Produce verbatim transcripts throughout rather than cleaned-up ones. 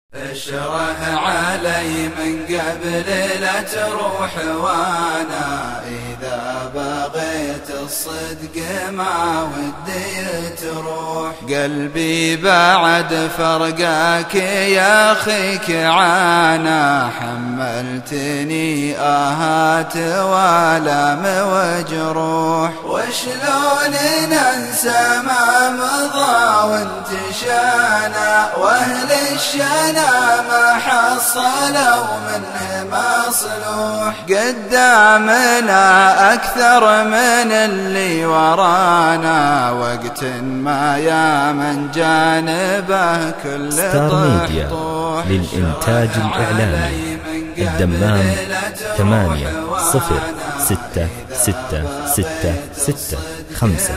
اشره علي من قبل لا تروح، وانا اذا بغيت الصدق ما ودي تروح. قلبي بعد فرقاك يا اخيك عانى، حملتني آهات والام وجروح. وشلون ننسى ما مضى وانتشانا، واهل الشنا ما حصلوا منه مصلوح. قدامنا أكثر من اللي ورانا، وقت ما يا من جانبه كل طحطوح. للإنتاج الإعلامي الدمام ثمانية صفر ستة ستة ستة ستة خمسة.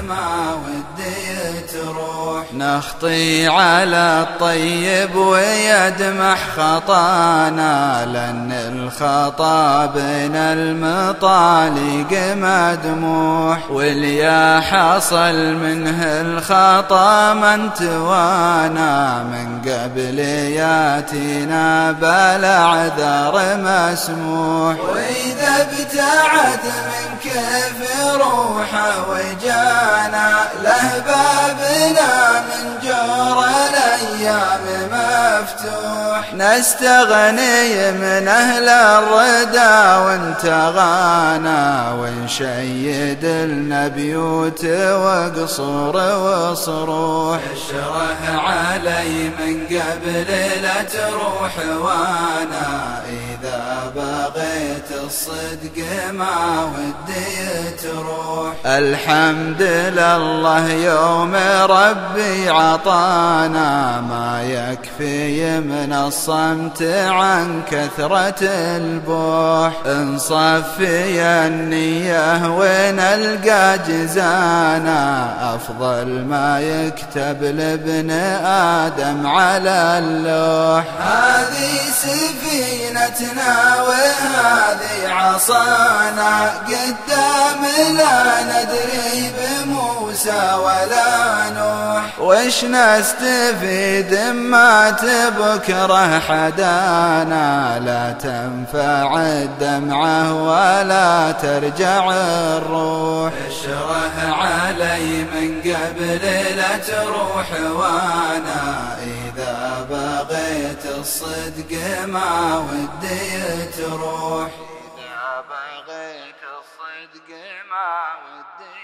نخطي على الطيب ويدمح خطانا، لأن الخطا بين المطالق مدموح. واللي حصل منه الخطا من توانا، من قبل ياتينا بلا عذر مسموح. وإذا ابتعد من كيف روحه وجانا، له بابنا من جور الأيام مفتوح. نستغني من أهل الردى وانتغانا، ونشيد لنا بيوت وقصور وصروح. اشره علي من قبل لا تروح، وانا إذا بغيت الصدق ما ودي تروح. الحمد لله يوم ربي عطانا، ما يكفي من الصمت عن كثرة البوح. نصفي النية ونلقى جزانا، أفضل ما يكتب لابن آدم على اللوح. هذه سفينتنا وهذه عصانا، قدام لا ندري بموسى ولا نوح. وش نستفيد ما تبكره حدانا، لا تنفع الدمعة ولا ترجع الروح. اشره علي من قبل لا تروح، وانا إذا بغيت الصدق ما ودي تروح. إذا بغيت الصدق ما ودي